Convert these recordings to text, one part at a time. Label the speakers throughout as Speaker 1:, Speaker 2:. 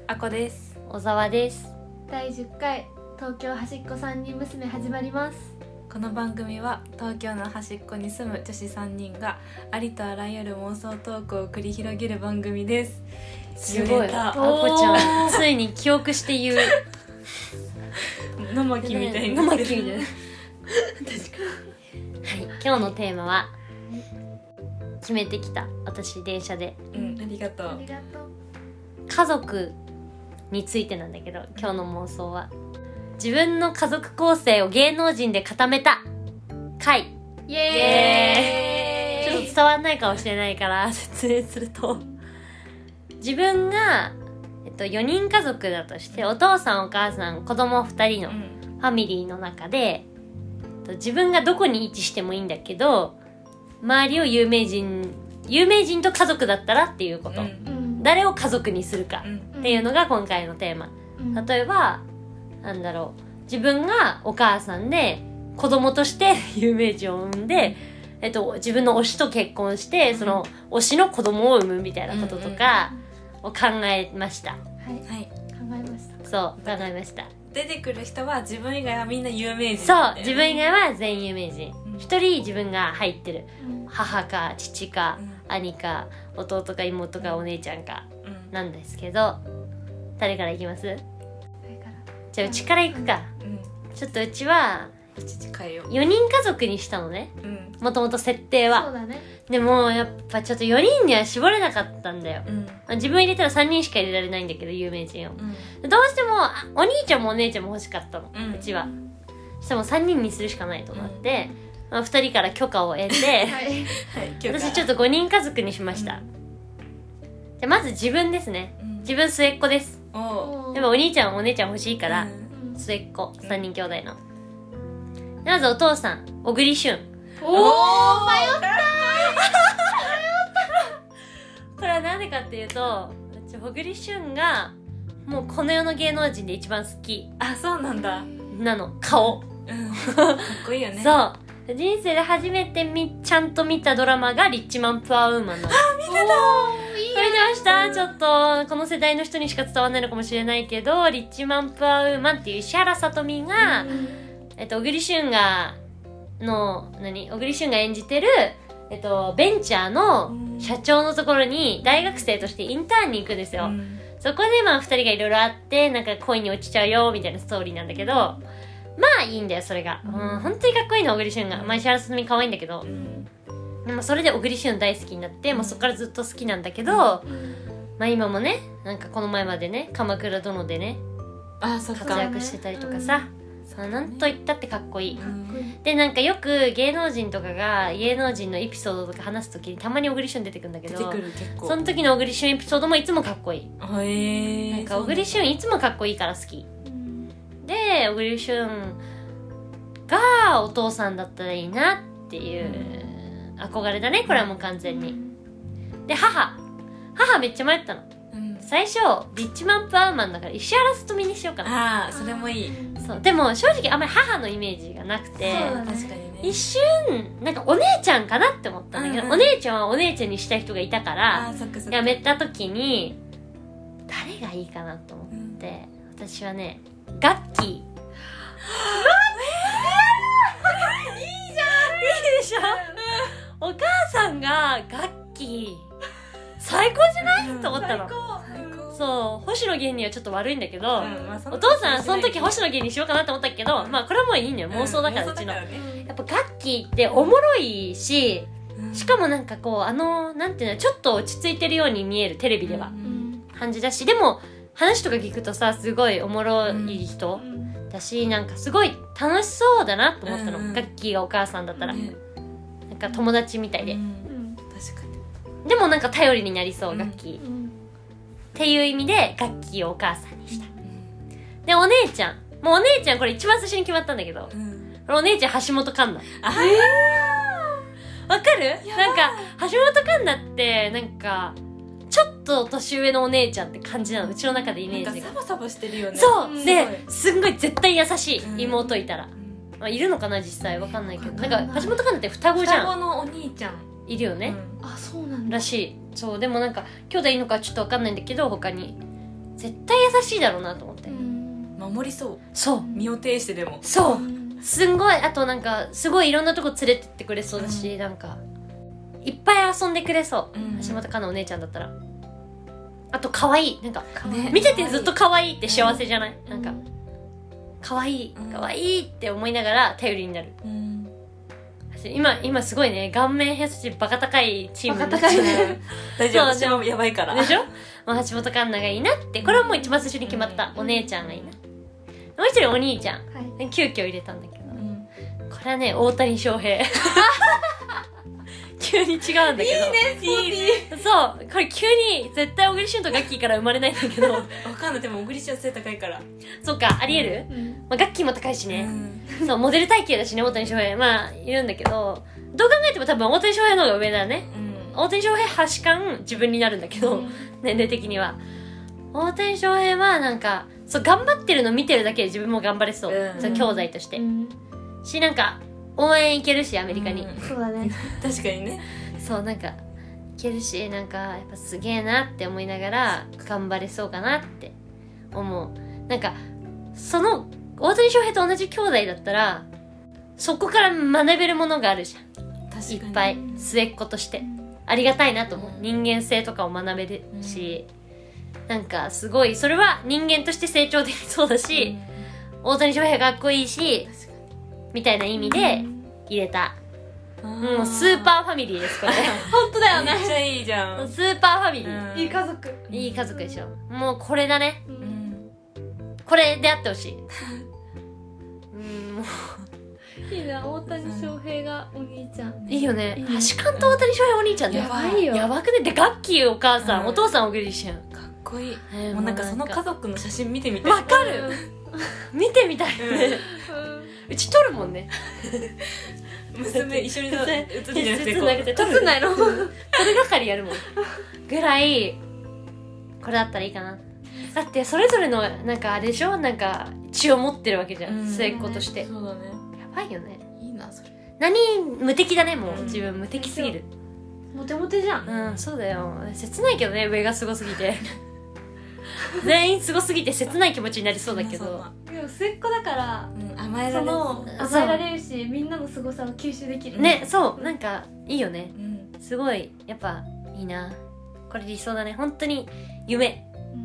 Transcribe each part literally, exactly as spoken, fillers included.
Speaker 1: あこです。
Speaker 2: 小沢です。
Speaker 3: だいじゅっかい東京端っこさんにん娘始まります。
Speaker 1: この番組は東京の端っこに住む女子さんにんがありとあらゆる妄想トークを繰り広げる番組です。
Speaker 2: すごい、あこちゃんついに記憶して言う
Speaker 1: 生木みたいな
Speaker 2: 生木みたいな確かに。はい、今日のテーマは決めてきた。私電車で、
Speaker 1: うん、ありがとう。
Speaker 3: ありがとう。
Speaker 2: 家族についてなんだけど、今日の妄想は自分の家族構成を芸能人で固めた回。
Speaker 3: イエーイ。
Speaker 2: ちょっと伝わんないかもしれないから説明すると、自分が、えっと、よにん家族だとして、お父さんお母さん子供ふたりのファミリーの中で、うん、自分がどこに位置してもいいんだけど、周りを有名人有名人と家族だったらっていうこと、うん、誰を家族にするかっていうのが今回のテーマ、うん、例えばなんだろう、自分がお母さんで子供として有名人を産んで、えっと、自分の推しと結婚して、その推しの子供を産むみたいなこととかを考えました。はい、
Speaker 3: はい、考えました。
Speaker 2: そう考えました。
Speaker 1: 出てくる人は自分以外はみんな有名人、
Speaker 2: そう、自分以外は全員有名人。一、うん、人自分が入ってる、うん、母か父か、うん、兄か弟か妹かお姉ちゃんかなんですけど、誰からいきます？誰から？じゃあうちからいくか、うん、ちょっとうちはよにん家族にしたのね、もともと設定は。
Speaker 3: そうだね。
Speaker 2: でもやっぱちょっとよにんには絞れなかったんだよ、うん、自分入れたらさんにんしか入れられないんだけど、有名人を、うん、どうしてもお兄ちゃんもお姉ちゃんも欲しかったの、うん、うちは。そしたらもうさんにんにするしかないと思って、うん、まあ、ふたりから許可を得て、はいはい、私ちょっとごにん家族にしました、うん、じゃあまず自分ですね、うん、自分末っ子です。おでもお兄ちゃんお姉ちゃん欲しいから、うん、末っ子さんにん兄弟の、うん、まずお父さん小栗旬。
Speaker 3: おー、迷った
Speaker 2: これはなんでかっていうと、小栗旬がもうこの世の芸能人で一番好き。
Speaker 1: あ、そうなんだ。
Speaker 2: なの、顔、
Speaker 1: うん、かっこいいよね。
Speaker 2: そう人生で初めてみちゃんと見たドラマがリッチマンプアウーマンなの。あ、
Speaker 1: 見てた。
Speaker 2: それでました。ちょっとこの世代の人にしか伝わらないのかもしれないけど、リッチマンプアウーマンっていう石原さとみが、うん、えっと小栗旬がの何小栗旬が演じてる、えっと、ベンチャーの社長のところに大学生としてインターンに行くんですよ、うん、そこでまあふたりがいろいろあって、なんか恋に落ちちゃうよみたいなストーリーなんだけど、まあいいんだよそれが、うん、うん、本当にかっこいいの小栗旬が、まあ、石原さとみ可愛いんだけど、うん、でもそれで小栗旬大好きになって、うん、もうそこからずっと好きなんだけど、うん、まあ今もね、なんかこの前までね鎌倉殿でね
Speaker 1: あ
Speaker 2: 活躍してたりとかさ、うん、なんと言ったってかっこいい、うん、でなんかよく芸能人とかが芸能人のエピソードとか話すときにたまに小栗旬出てくるんだけど、
Speaker 1: 出てくる結構
Speaker 2: その時の小栗旬エピソードもいつもかっこいい。
Speaker 1: へー、
Speaker 2: なんか小栗旬いつもかっこいいから好き、うん、で小栗旬がお父さんだったらいいなっていう、うん、憧れだねこれはもう完全に、うん、で母母めっちゃ迷ったの、うん、最初リッチマンプアウーマンだから石原さとみにしようかな。
Speaker 1: ああ、それもいい。
Speaker 2: そうでも正直あんまり母のイメージがなくて、
Speaker 3: そうだね、
Speaker 1: 確かにね、
Speaker 2: 一瞬なんかお姉ちゃんかなって思ったんだけど、うんうん、お姉ちゃんはお姉ちゃんにした人がいたからやめた時に誰がいいかなと思って、うん、私はねガッキー。いいじゃん、いいでしょ、うん、お母さんがガッキー最高じゃない、うん、と思ったの。そう、星野源にはちょっと悪いんだけど、うんまあ、お父さんその時星野源にしようかなと思ったけど、うん、まあこれはもういいのよ、妄想だから、うん、うちの、ね、やっぱガッキーっておもろいし、うん、しかもなんかこうあのなんていうの、ちょっと落ち着いてるように見えるテレビでは、うん、感じだし、でも話とか聞くとさすごいおもろい人、うん、だし、なんかすごい楽しそうだなと思ったの、うん、ガッキーがお母さんだったら、うん、なんか友達みたいで、うん、
Speaker 1: 確かに。
Speaker 2: でもなんか頼りになりそう、うん、ガッキー、
Speaker 3: うん
Speaker 2: っていう意味でガッキーをお母さんにした、うん、でお姉ちゃんもうお姉ちゃんこれ一番最初に決まったんだけど、うん、これお姉ちゃん橋本環奈。あーわかる？なんか橋本環奈ってなんかちょっと年上のお姉ちゃんって感じなの、うちの中でイメージが。
Speaker 1: なんかサバサバしてるよね。
Speaker 2: そう、うん、ですんごい絶対優しい、うん、妹いたら、うんまあ、いるのかな実際わかんないけど、なんか橋本環奈って双子じゃん。
Speaker 1: 双子のお兄ちゃん
Speaker 2: いるよね、
Speaker 3: うん、あ、そうなんだ
Speaker 2: らしい。そうでもなんか兄弟いるのかちょっとわかんないんだけど他に絶対優しいだろうなと思って、
Speaker 3: うん、
Speaker 1: 守りそう。
Speaker 2: そう
Speaker 1: 身を挺してでも。
Speaker 2: そう、
Speaker 3: うん、
Speaker 2: すんごい。あとなんかすごいいろんなとこ連れてってくれそうだし、うん、なんかいっぱい遊んでくれそう、うん、橋本環奈お姉ちゃんだったら。あと可愛い、なんか、ね、見ててずっと可愛いって幸せじゃない、うん、なんか可愛い可愛いって思いながら頼りになる、うん、今今すごいね、顔面偏差値バカ高いチームになっちゃう
Speaker 1: 大丈夫、私もやばいから
Speaker 2: でしょ。もう橋本環奈がいいなって、これはもう一番最初に決まった、うん、お姉ちゃんがいいな。もう一人お兄ちゃん、はい、急遽入れたんだけど、うん、これはね大谷翔平急に違うんだけど。いいね、いいね。そう、これ急に絶対小栗旬とガッキーから生まれないんだけどわ
Speaker 1: かんない。でも小栗旬背高いから。
Speaker 2: そうか、ありえる、うん、まあ、ガッキーも高いしね、うん、そう、モデル体型だしね、大谷翔平。まあいるんだけど、どう考えても多分大谷翔平の方が上だね、うん、大谷翔平端間自分になるんだけど、うん、年齢的には大谷翔平はなんかそう頑張ってるの見てるだけで自分も頑張れそう、うん、そう兄弟として、うん、し、なんか応援行けるしアメリカに、
Speaker 3: うん、そうだね
Speaker 1: 確かにね。
Speaker 2: そう、なんか行けるし、なんかやっぱすげえなって思いながら頑張れそうかなって思う。なんかその大谷翔平と同じ兄弟だったらそこから学べるものがあるじゃん、確かにいっぱい末っ子としてありがたいなと思う、うん、人間性とかを学べるし、うん、なんかすごいそれは人間として成長できそうだし、うん、大谷翔平かっこいいしみたいな意味で入れた、うん、もうスーパーファミリーですこれ
Speaker 3: 本当だよね。
Speaker 1: めっちゃいいじゃん。
Speaker 2: スーパーファミリー、
Speaker 3: うん、いい家族、
Speaker 2: いい家族でしょ。もうこれだね、
Speaker 3: うん、
Speaker 2: これであってほしいうん、も
Speaker 3: ういいな、大谷翔平がお兄ちゃん、
Speaker 2: いいよね。橋勘と大谷翔平お兄ちゃんだよ。
Speaker 3: やばいよ。
Speaker 2: やばくね。でガッキーお母さん、うん、お父さん小栗旬、
Speaker 1: かっこいい、えー、もうなんかその家族の写真見てみたい。
Speaker 2: わかる、うん、見てみたい、うん、うち撮るもんね
Speaker 1: 娘一緒に写るじゃなくて
Speaker 2: 撮る撮んないの撮る係やるもんぐらいこれだったらいいかな。だってそれぞれのなんかあれでしょ、なんか血を持ってるわけじゃん、うん、末っ子として。
Speaker 1: そうだね。
Speaker 2: やばいよね。
Speaker 1: いいなそれ。
Speaker 2: 何無敵だね、もう、うん、自分無敵すぎる。
Speaker 3: モテモテじゃん。
Speaker 2: うん、そうだよ。切ないけどね、上がすごすぎて全員すごすぎて切ない気持ちになりそうだけど、
Speaker 3: でも末っ子だから、
Speaker 1: うん、甘えられる、
Speaker 3: 甘えられるし、みんなの凄さを吸収できる
Speaker 2: ね。そう、なんかいいよね、うん、すごいやっぱいいな。これ理想だね、本当に夢、うん、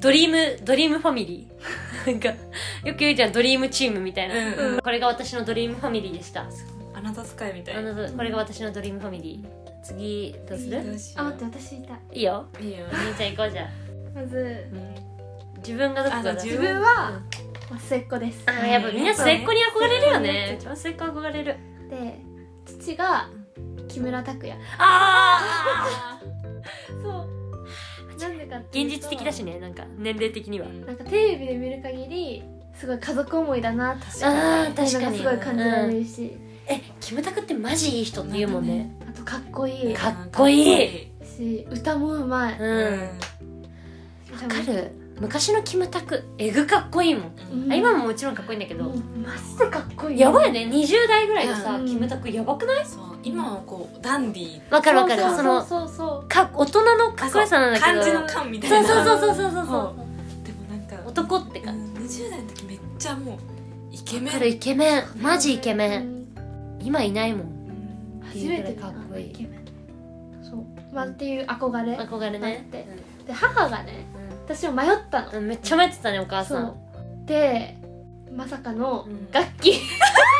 Speaker 2: ドリームドリームファミリーなんかよく言うじゃん、ドリームチームみたいな、うんうん、これが私のドリームファミリーでした。
Speaker 1: あなた使いみたいな。
Speaker 2: これが私のドリームファミリー。次どうする？
Speaker 3: あ、待って、私言いたい。
Speaker 2: いいよ、
Speaker 1: いいよ。
Speaker 2: お兄ちゃん行こうじゃん。
Speaker 3: まず、うん、
Speaker 2: 自分がどこかだ。
Speaker 3: 自分は、うん、末っ子です。
Speaker 2: あ、やっぱみんな末っ子に憧れるよね。一番末っ子憧れる。
Speaker 3: で、父が木村拓哉。
Speaker 2: ああ
Speaker 3: そうなんでかって
Speaker 2: 現実的だしね、なんか年齢的には
Speaker 3: なんかテレビで見る限りすごい家族思いだなって、
Speaker 2: あー確かに
Speaker 3: すごい感じられるし、うん、
Speaker 2: え、キムタクってマジいい人って言うもんね。
Speaker 3: あとかっこいい、
Speaker 2: かっこいい
Speaker 3: し、歌もうまい。うん、わ
Speaker 2: かる。昔のキムタクえぐかっこいいもん、うん、あ、今ももちろんかっこいいんだけど、うん、
Speaker 3: マジでかっこいい、
Speaker 2: やばいよね。にじゅう代ぐらいのさ、うん、キムタクやばくない？
Speaker 1: そう、今はこうダンディー、
Speaker 2: わかるわかる、その
Speaker 3: そうそうそう、
Speaker 2: か大人のかっこよさなんだけど、
Speaker 1: 漢字の漢みたいな、
Speaker 2: そうそうそうそうそうそう、でも
Speaker 1: なんか
Speaker 2: 男って感じ、
Speaker 1: うん、にじゅう代の時めっちゃもうイケメン、
Speaker 2: わかる、イケメン、マジイケメン、うん、今いないもん、うん、
Speaker 3: 初めてかっこいいイケメン。そう、まあ、っていう憧れ
Speaker 2: 憧れね、
Speaker 3: で、うん、で母がね、私は迷ったの、
Speaker 2: うん、めっちゃ迷ってたね、お母さん。
Speaker 3: で、まさかの、うん、楽器一緒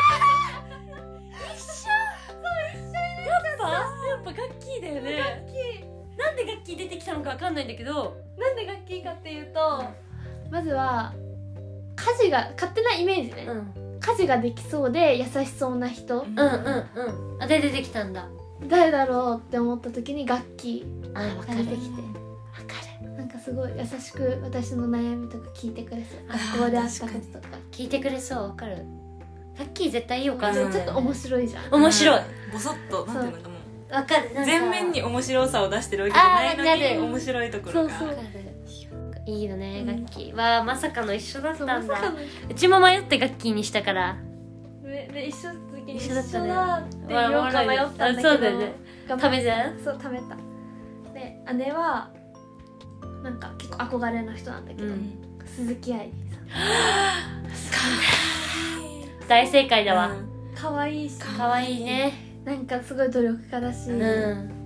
Speaker 2: やっぱガッキーだよね。
Speaker 3: ガッキ
Speaker 2: ーなんでガッキー出てきたのかわかんないんだけど、
Speaker 3: なんでガッキーかっていうと、まずは家事が勝手なイメージね、うん、家事ができそうで優しそうな人、
Speaker 2: うんうんうん、あ、で出てきたんだ。
Speaker 3: 誰だろうって思った時にガッキー
Speaker 2: が
Speaker 3: 出てきて、
Speaker 2: わかる、
Speaker 3: なんかすごい優しく私の悩みとか聞いてくれそう、学校であったこととか
Speaker 2: 聞いてくれそう。わかる、ガッキー絶対いいお母さん、
Speaker 3: ちょっと面白いじゃん。
Speaker 2: 面白い、
Speaker 1: ボソッと、なんていうのかもう、
Speaker 2: わかる、
Speaker 1: 全面に面白さを出してるわけじゃないのに面白いところが、
Speaker 3: そうそう、
Speaker 2: いいよね、ガッキーは。まさかの一緒だったんだ。うちも迷ってガッキーにしたから、
Speaker 3: で一緒だった時に
Speaker 2: 一緒だったね、
Speaker 3: って言おうか迷ったんだけど、
Speaker 2: そうだよね、食べた。
Speaker 3: そう、食べた。で、姉はなんか結構憧れの人なんだけど、
Speaker 2: うん、
Speaker 3: 鈴木愛理さん
Speaker 2: 大正解だわ、
Speaker 1: うん
Speaker 3: 可愛いし
Speaker 2: かわいいね、
Speaker 3: なんかすごい努力家だし、
Speaker 2: うん、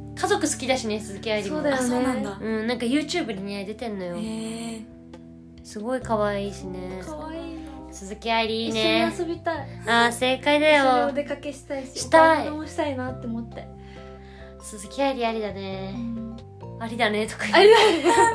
Speaker 2: 家族好きだしね鈴木愛理も。
Speaker 3: そうだよね。
Speaker 1: あそうなんだ。
Speaker 2: うん、なんか YouTube にね出てんのよ。
Speaker 1: へえ。
Speaker 2: すごい可愛いしね。
Speaker 3: 可愛いの。
Speaker 2: 鈴木愛理いい
Speaker 3: 一
Speaker 2: ね。
Speaker 3: 緒に遊びたい。
Speaker 2: あー正解だ
Speaker 3: 一緒に
Speaker 2: よ。
Speaker 3: お出かけしたいし、
Speaker 2: したい
Speaker 3: お買い物もしたいなって思って。
Speaker 2: 鈴木愛理ありだね。ありだねとか言う。
Speaker 3: ありだ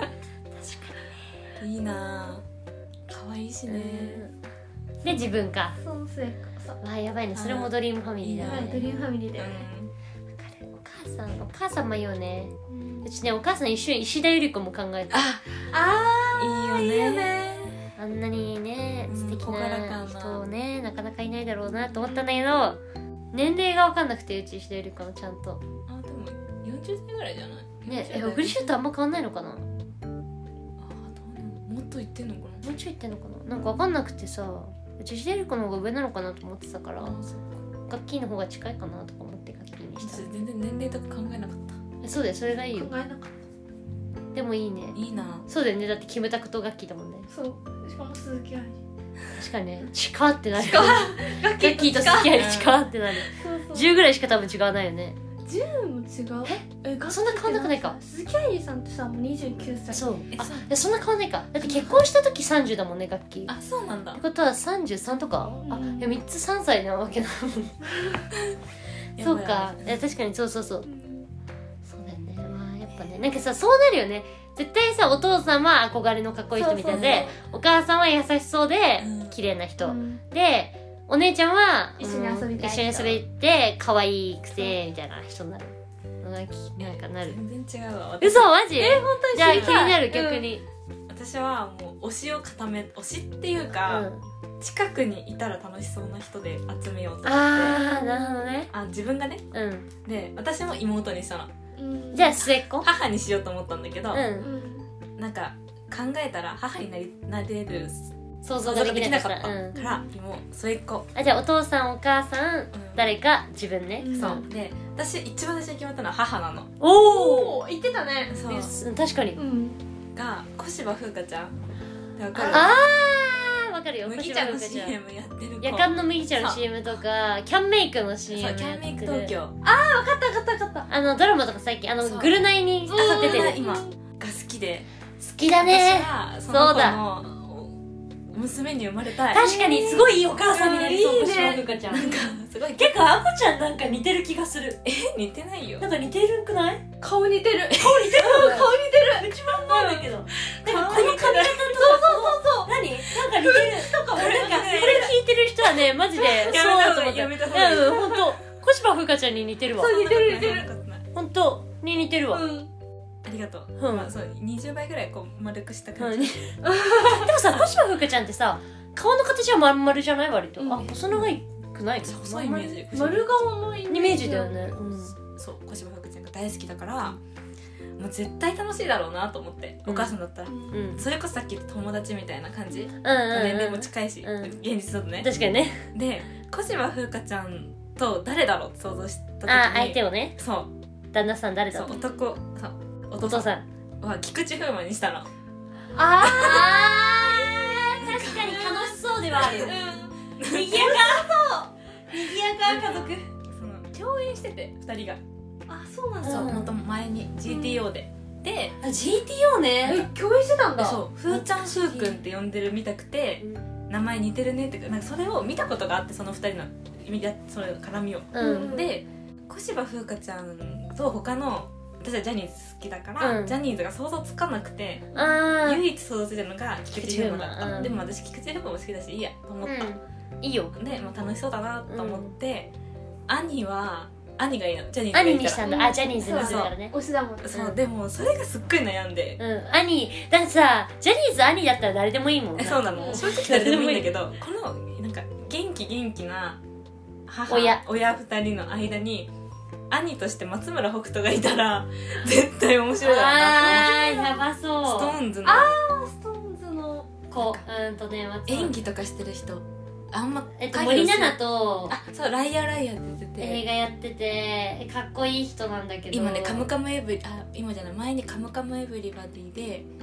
Speaker 3: ね。
Speaker 1: いいな。可愛いしね。
Speaker 2: うんで自分か。
Speaker 3: そう末っ子そう。
Speaker 2: わあやばいね。それもドリームファミリーだ
Speaker 3: はい、ド
Speaker 2: ね。
Speaker 3: リームファミリーだよね。
Speaker 2: わかる。お母さんお母さん迷うね。
Speaker 3: うん
Speaker 2: うちねお母さん一瞬石田ゆり子も考えた。
Speaker 1: あ、
Speaker 3: あー
Speaker 1: いいよね。
Speaker 3: いいよね。
Speaker 2: あんなにね
Speaker 1: うん
Speaker 2: 素敵
Speaker 1: 朗らか
Speaker 2: な
Speaker 1: な
Speaker 2: 人ねなかなかいないだろうなと思ったんだけど、年齢が分かんなくてうち石田ゆり子のちゃんと
Speaker 1: あ、でもよんじゅっさいぐらいじゃない？
Speaker 2: ねえ小栗旬とあんま変わんないのかな。
Speaker 1: あ、どうなの？もっと言ってんのかな？
Speaker 2: もうちょい言ってんのかな。なんか分かんなくてさ、うち石田ゆり子の方が上なのかなと思ってたから、
Speaker 1: あ、そっか。
Speaker 2: ガッキーの方が近いかなとか思ってガッキーにした。
Speaker 1: 全然年齢とか考えなかっ
Speaker 2: えそうだよそれがいいよ。
Speaker 3: 考えなかっ
Speaker 2: でもいいね。
Speaker 1: た。いいな。
Speaker 2: そうだよねだってキムタクとガッキーだもんね。
Speaker 3: た。そう。しかも鈴木愛理。
Speaker 2: 確かにね近ってなる。
Speaker 3: ガ
Speaker 2: ガッキーと鈴木愛理近ってなる。
Speaker 3: そうそう。
Speaker 2: じゅうぐらいしか多分違わないよね。
Speaker 3: じゅうも違う。
Speaker 2: え
Speaker 3: えガッキー
Speaker 2: そんな変わんなくないか。
Speaker 3: 鈴木愛理さんってさもうにじゅうきゅうさい。
Speaker 2: そうあ
Speaker 1: えそう
Speaker 2: いやそんな変わんないか。だって結婚した時さんじゅうだもんねガッキー。っ
Speaker 1: あ、そうなんだ
Speaker 2: て。ことはさんじゅうさんとか、あ
Speaker 3: うん
Speaker 2: いやみっつさんさいなわけだもん。そうかいや確かにそうそうそう
Speaker 3: うん
Speaker 2: そうだよね。まあやっぱねなんかさそうなるよね。絶対さお父さんは憧れのかっこいい人みたいでお母さんは優しそうで
Speaker 1: うん
Speaker 2: 綺麗な人、
Speaker 3: うん
Speaker 2: でお姉ちゃんは
Speaker 3: 一緒に遊びたい人
Speaker 2: うん一緒に遊びて可愛くてみたいな人になるなんかなんかなる。
Speaker 1: 全然違うわ。
Speaker 2: 嘘マジ？
Speaker 3: え本当に
Speaker 2: じゃあ気
Speaker 3: 知りたい
Speaker 2: になる逆に。
Speaker 1: 私はもう推しを固め、推しっていう
Speaker 2: う
Speaker 1: か、
Speaker 2: ん
Speaker 1: 近くにいたら楽しそうな人で集めようと思って。
Speaker 2: あーなるほどね。
Speaker 1: あ、自分がね。
Speaker 2: うん
Speaker 1: で、私も妹にしたの。
Speaker 3: うん
Speaker 2: じゃあ末っ子。
Speaker 1: 母にしようと思ったんだけど、
Speaker 2: うん
Speaker 3: うん
Speaker 1: なんか考えたら母になりなれる
Speaker 2: 想像
Speaker 1: 想像が
Speaker 2: ができな
Speaker 1: できなかったた
Speaker 2: かっうん
Speaker 1: から、もう末っ子。
Speaker 2: あじゃあお父さんお母さん誰か自分ね。
Speaker 3: うん
Speaker 1: そうで、私一番最初に決まったのは母なの。
Speaker 2: おお
Speaker 3: おお言ってたね。
Speaker 1: そう
Speaker 2: 確かに。
Speaker 3: うん
Speaker 1: が小芝風花ちゃんでわかる？
Speaker 2: あーわかるよ。
Speaker 1: 麦茶の
Speaker 2: 小芝風花ちゃん
Speaker 1: シーエム やってる子。
Speaker 2: 夜間の麦茶の シーエム とかキャンメイクの シーエム
Speaker 1: そう、キャンメイク東京
Speaker 3: 分かった分かった分かった。
Speaker 2: あのドラマとか最近あの
Speaker 1: そう
Speaker 2: グルナイに出てる。
Speaker 1: 今が好きで、
Speaker 2: 好きだね。
Speaker 1: 私
Speaker 2: そう
Speaker 1: はそ
Speaker 2: だ
Speaker 1: の子の娘に生まれたい。
Speaker 2: 確かにすごいいいお母さんになりそう。
Speaker 3: うんいいね
Speaker 2: 小芝風花ちゃん
Speaker 1: なんかすごい
Speaker 2: 結構赤ちゃんなんか似てる気がする。
Speaker 1: え似てないよ。
Speaker 2: なんか似てるくない？
Speaker 3: 顔似てる。
Speaker 2: 顔似てる
Speaker 3: 顔似てる。
Speaker 2: 一番前だけど。なんかこの髪型とか
Speaker 3: そうそうそう。
Speaker 2: 何？なんか似てる。とか俺なんかこれ聞いてる人はねマジでそうだと思って。
Speaker 1: やめた方がいい
Speaker 2: うん本当。小芝風花ちゃんに似てるわ。
Speaker 3: そう似てる似てる。
Speaker 2: 本当に似てるわ。
Speaker 3: うん。
Speaker 1: ありがとう。
Speaker 2: うん
Speaker 1: まあそうにじゅうばいぐらいこう丸くした
Speaker 2: うん
Speaker 1: 感じ。
Speaker 2: でもさ小芝風花ちゃんってさ顔の形はまん丸じゃない割と。
Speaker 3: うん
Speaker 2: あ細長いくない？
Speaker 1: 細いイメージ。
Speaker 3: 丸顔のイ
Speaker 2: イメージだよね。うん
Speaker 1: そう小芝風花ちゃんが大好きだから、もう絶対楽しいだろうなと思って、
Speaker 2: うん
Speaker 1: お母さんだったら、
Speaker 2: うん
Speaker 1: それこそさっき言った友達みたいな感じ、
Speaker 2: うんうん
Speaker 1: 年齢も
Speaker 2: うん。
Speaker 1: 近いし、
Speaker 2: うん
Speaker 1: 現実だとね。
Speaker 2: 確かにね。
Speaker 1: で小芝風花ちゃんと誰だろうって想像した時に、
Speaker 2: あ相手をね
Speaker 1: そう
Speaker 2: 旦那さん誰だと。
Speaker 1: そう男そうお
Speaker 2: お
Speaker 1: 父さ
Speaker 2: 父さん。
Speaker 1: んは菊池風磨にしたの。
Speaker 3: あ
Speaker 2: あー確かに楽しそうではある。にぎやかにぎやか家族。
Speaker 1: その共演しててふたりが、
Speaker 3: あそうなんだ。
Speaker 1: そう
Speaker 2: うん
Speaker 1: 元々前に ジーティーオー で、で
Speaker 2: あ ジーティーオー ね。
Speaker 3: え共演してたんだ。
Speaker 1: そうふーちゃんふーくんって呼んでるみたくて、名前似てるねってなんかそれを見たことがあって、そのふたりのやそれ絡みを、
Speaker 2: うん
Speaker 1: で小芝風花ちゃんと他の私はジャニーズ好きだから、
Speaker 2: うん
Speaker 1: ジャニーズが想像つかなくて、
Speaker 2: あー
Speaker 1: 唯一想像ついたのが菊池風磨だった、
Speaker 2: 菊池風磨うん
Speaker 1: でも私菊池風磨も好きだしいいやと思った、
Speaker 2: うんいいよ。
Speaker 1: で、まあ、楽しそうだなと思って、兄は兄がいいのジャニーズが
Speaker 2: 兄
Speaker 1: いいから
Speaker 2: にしたんだ。あジャニーズにするからね。
Speaker 3: 推しだもんね。
Speaker 1: そう、
Speaker 2: うん
Speaker 1: でもそれがすっごい悩んで、
Speaker 2: うん兄だってさジャニーズ兄だったら誰でもいいもんな。
Speaker 1: えそうなの正直誰でもいいんだけどこのなんか元気元気な母
Speaker 2: 親
Speaker 1: 親ふたりの間に兄として松村北斗がいたら絶対面白いだろうな
Speaker 2: あーやば
Speaker 1: と
Speaker 2: そう。
Speaker 1: 思って、ストーンズの
Speaker 3: あストーンズの
Speaker 2: こううんとね松村
Speaker 1: 演技とかしてる人あんま
Speaker 2: えっと森七菜と
Speaker 1: あそうライアーライアーって出てて
Speaker 2: 映画やっててかっこいい人なんだけど
Speaker 1: 今ね「カムカムエブリ」あ今じゃない前に「カムカムエブリバディ」で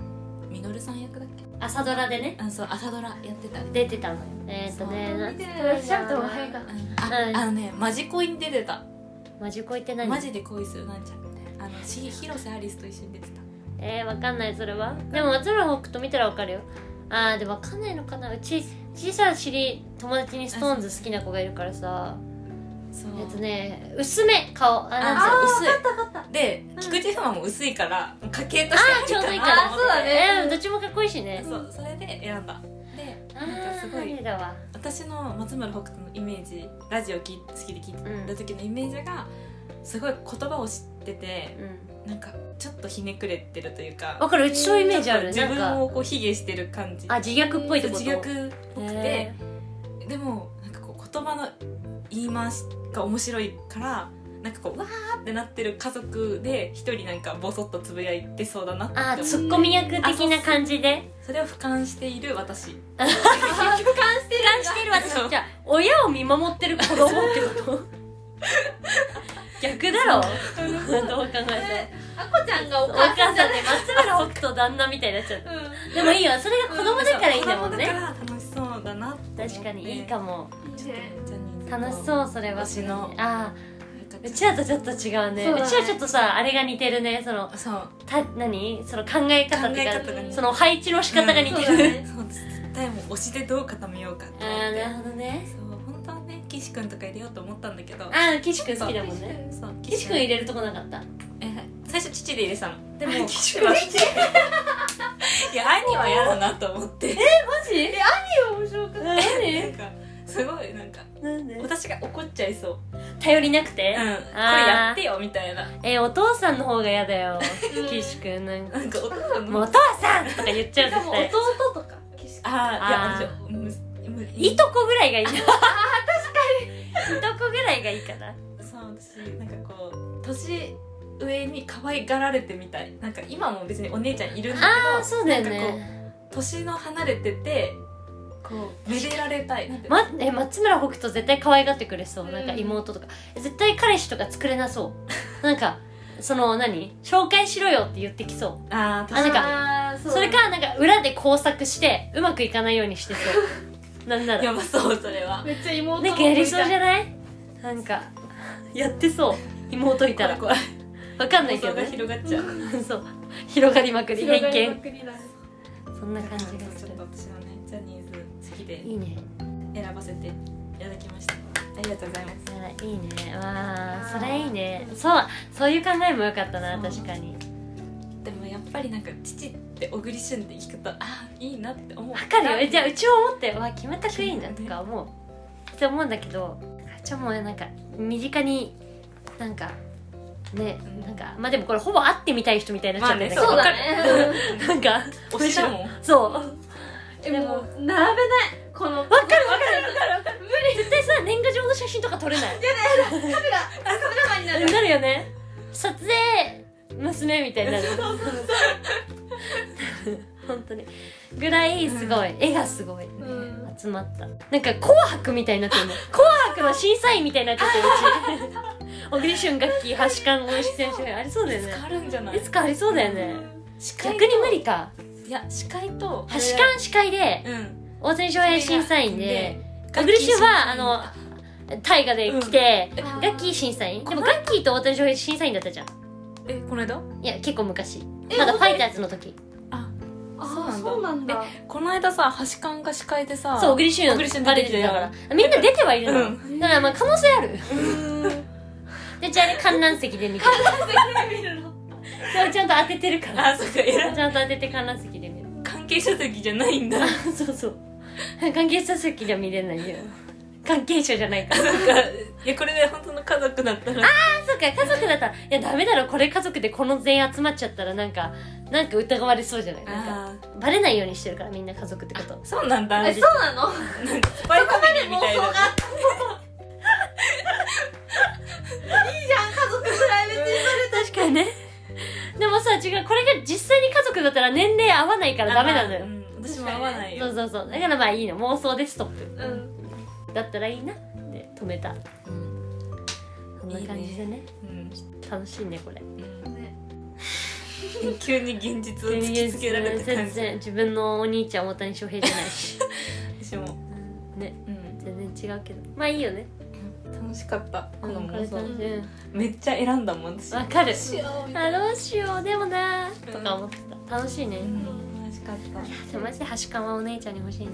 Speaker 1: みのるさん役だっけ。
Speaker 2: 朝ドラでね
Speaker 1: あ、そう朝ドラやってた。
Speaker 2: 出てたのよ。えーっとね
Speaker 1: そう
Speaker 2: なん
Speaker 3: 調べた方が早いかな。
Speaker 1: あ、
Speaker 2: うん
Speaker 1: あのねマジ恋に出てた。
Speaker 2: マジ恋って何？
Speaker 1: マジで恋するなんちゃんみたいな。あのし広瀬アリスと一緒に出てた。
Speaker 2: えー、わかんないそれは。でも松村北斗見たらわかるよ。あーでもわかんないのかな。うち小さな知り友達にストーンズ好きな子がいるからさ。
Speaker 1: そう
Speaker 2: えっとね薄め顔あなん
Speaker 1: あ
Speaker 2: つうの
Speaker 1: 薄い。
Speaker 3: 分かった分かっ
Speaker 1: で菊池風磨も薄いから家系と
Speaker 2: あ
Speaker 1: して
Speaker 2: ーちょうどいいか
Speaker 1: な
Speaker 2: な。
Speaker 3: あーそうだね
Speaker 2: えー、どっちもかっこいいしね。
Speaker 1: そうそれで選んだ。で
Speaker 2: あ
Speaker 1: なんかすご
Speaker 2: ー
Speaker 1: い
Speaker 2: だわ。
Speaker 1: 私の松村北斗のイメージラジオき好きで聞いてた時のイメージがすごい言葉を知ってて
Speaker 2: うん。
Speaker 1: なんかちょっとひねくれてるというか
Speaker 2: わかるうちそういうイメージある。
Speaker 1: 自
Speaker 2: なんか
Speaker 1: 分をこう卑下してる感じ。
Speaker 2: あ自虐っぽいってこと。
Speaker 1: 自虐っぽくて
Speaker 2: へ
Speaker 1: でもなんかこう言葉の言い回しが面白いからなんかこうわーってなってる家族で一人なんかボソッとつぶやいてそうだなって
Speaker 2: あー
Speaker 1: 思う。
Speaker 2: ツッコミ役的な感じで。
Speaker 1: それを俯瞰している私。
Speaker 3: た。俯瞰してる
Speaker 2: 感じてる私じゃあ親を見守ってる子供ってこと逆だろどう考えても
Speaker 3: あこちゃんがお
Speaker 2: お母さんで
Speaker 3: 母さんじゃない。
Speaker 2: 松村北斗旦那みたいになっちゃう。
Speaker 3: う
Speaker 2: でもいいわそれが子供だからいいんだもんね。
Speaker 1: 子供だから楽しそうだなって思って。
Speaker 2: 確かにいいかも。
Speaker 3: ん。いいね。
Speaker 2: 楽しそうそれは。
Speaker 1: 推しの
Speaker 2: ああうちらとちょっと違うね。
Speaker 3: そうだね
Speaker 2: うちらちょっとさあれが似てるね。その
Speaker 1: そう
Speaker 2: た何その考え方っていうか
Speaker 1: 考え方がね
Speaker 2: その配置の仕方が似てる。
Speaker 3: そうだね
Speaker 1: そう絶対もう推しでどう固めようかって思って。
Speaker 2: ああなるほどね。
Speaker 1: そう本当はね岸君とか入れようと思ったんだけど。
Speaker 2: ああ岸君好きだもんね。
Speaker 1: そう
Speaker 2: 岸君入れるとこなかった。
Speaker 1: え最初父で入れてたの。でも
Speaker 2: 岸
Speaker 1: 父は父いや兄は嫌だなと思って。
Speaker 2: マジ？え
Speaker 3: 面白くない。
Speaker 1: なん
Speaker 2: 何？
Speaker 1: かすごいなんか
Speaker 2: なんで？
Speaker 1: 私が怒っちゃいそう。
Speaker 2: 頼りなくて？
Speaker 1: うん、これやってよみたいな。
Speaker 2: えー、お父さんの方が嫌だよ岸君なんか
Speaker 1: なんかお父さん
Speaker 2: もうお父さんとか言っちゃう
Speaker 3: しかも
Speaker 2: 絶対
Speaker 3: 弟とか。
Speaker 1: あーいや
Speaker 2: あー
Speaker 1: 私むむ
Speaker 2: いとこぐらいがいいな確かにいとこぐらいがいいかな。
Speaker 1: そう私なんかこう年上に可愛がられてみたい。なんか今も別にお姉ちゃんいるんだけど
Speaker 2: ああそうだよ
Speaker 1: なんかこ
Speaker 2: ね。
Speaker 1: う年の離れててこうめでられたい。なんて
Speaker 2: ま、え松村北斗絶対可愛がってくれそう。
Speaker 3: うん
Speaker 2: なんか妹とか絶対彼氏とか作れなそうなんかその何紹介しろよって言ってきそう
Speaker 1: あー
Speaker 2: あなんか
Speaker 3: あーそう
Speaker 2: それかなんか裏で工作してうまくいかないようにしてそうなんなら
Speaker 1: やばそうそれは。
Speaker 3: めっちゃ妹
Speaker 2: なんかやりそうじ
Speaker 3: ゃ
Speaker 2: ゃないなんかやってそう妹いたら
Speaker 1: 怖い怖い
Speaker 2: わかんないけど
Speaker 1: 妄想が
Speaker 2: ね
Speaker 1: 広がっちゃう。
Speaker 2: そう広がりまくり偏見
Speaker 3: くりだね。
Speaker 2: そんな感じがする
Speaker 1: ちょっと私はねジャニーズ好きで
Speaker 2: いいね
Speaker 1: 選ばせていただきました。ありがとうございます。
Speaker 2: あいいねわあそれいいねそうそういう考えもよかったな
Speaker 1: そう
Speaker 2: 確かに
Speaker 1: でもやっぱりなんか父って小栗旬って聞くとあいいなって思う。
Speaker 2: わかるよえじゃあうちも思ってわキムタクいいんだとか思うって思うんだけどちょっともうなんか身近になんかね
Speaker 1: うん
Speaker 2: なんかまあでもこれほぼ会ってみたい人みたいになっちゃってんだけど、
Speaker 3: そうだね。
Speaker 2: なんか
Speaker 1: 推しだもん。
Speaker 2: そう
Speaker 3: えもう並べないこの。わかる
Speaker 2: わかるわかるわかる無理絶対さ年賀状の写真とか撮れない
Speaker 3: カメラカメラマンになる。
Speaker 2: なるよね撮影娘みたいになる本当にぐらいすごい、絵がすごい、ね
Speaker 3: うん
Speaker 2: 集まったなんか紅白みたいになってるの紅白の審査員みたいになっちゃってるうち小栗旬ガッキー橋勘大石選手ありそうだよね
Speaker 1: あるんじゃない
Speaker 2: いつかありそうだよね
Speaker 1: 司会と
Speaker 2: 逆に無理か
Speaker 1: いや司会と
Speaker 2: 橋勘司会で
Speaker 1: うん
Speaker 2: 大谷翔平審査員で
Speaker 1: ガッキー
Speaker 2: 小栗旬はあ
Speaker 1: 審査員
Speaker 2: の大河で来て、
Speaker 3: うん
Speaker 2: ガッキー審査員でもガッキーと大谷翔平審査員だったじゃん
Speaker 1: えこの間
Speaker 2: いや結構昔
Speaker 3: え
Speaker 2: まだファイターズの時
Speaker 1: あ
Speaker 3: あ
Speaker 1: そうなんだ
Speaker 3: そうなんだ。
Speaker 1: この間さ橋勘が司会でさ
Speaker 2: そう小栗旬
Speaker 1: 小栗旬
Speaker 2: バ
Speaker 1: 出てきたよ
Speaker 2: レてたからみんな出てはいるの、
Speaker 1: う
Speaker 2: だからまあ可能性ある
Speaker 1: うーん
Speaker 2: でじゃああれ観覧席で見てる
Speaker 3: 見るの。
Speaker 2: そうちゃんと当ててるから
Speaker 1: あそっかえら
Speaker 2: ちゃんと当てて観覧席で見る
Speaker 1: 関係者席じゃないんだ
Speaker 2: そうそう関係者席では見れないよ関係者じゃないから
Speaker 1: なんかいやこれで本当の家族だったら
Speaker 2: あそうか家族だったらいやダメだろこれ家族でこの全員集まっちゃったらなんかなんか疑われそうじゃないなんか
Speaker 1: あ
Speaker 2: バレないようにしてるからみんな家族ってこと
Speaker 1: ーそうなんだ
Speaker 3: えそうなの？
Speaker 1: なんかスパイファミリーみたいな
Speaker 3: 妄想があったいいじゃん家族プライベートに
Speaker 2: 確かにねでもさ違うこれが実際に家族だったら年齢合わないからダメなのよ、
Speaker 1: うん私も合わないよ
Speaker 2: そうそうそうだからまあいいの妄想でストップ
Speaker 3: うん
Speaker 2: だったらいいなって止めた
Speaker 1: うん
Speaker 2: そんな感じでね
Speaker 1: うん
Speaker 2: 楽しいねこれ
Speaker 1: うん
Speaker 3: ね
Speaker 1: 急に現実を突きつけられた感じ。
Speaker 2: 全然自分のお兄ちゃん大谷翔平じゃないし
Speaker 1: 私も、
Speaker 2: うん、ね、
Speaker 1: うん、
Speaker 2: 全然違うけどまあいいよね。
Speaker 1: 楽しかったこの妄想、
Speaker 2: うん、
Speaker 1: めっちゃ選んだもん私。
Speaker 2: わかる。
Speaker 1: どうしようみた
Speaker 2: あ
Speaker 1: いな、
Speaker 2: どうしようでもなとか思ってた。楽しいね、
Speaker 1: うん、楽しかった。
Speaker 2: でもマジで橋川お姉ちゃんに欲しいな。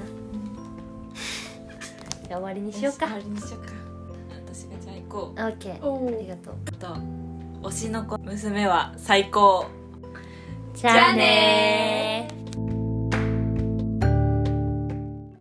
Speaker 2: じゃあ終わりにしようか。
Speaker 1: 終わりにしようか。私がじゃあ行こう。
Speaker 2: オッケー、ありがとう。
Speaker 1: と推しの子娘は最高。
Speaker 2: じゃあねー。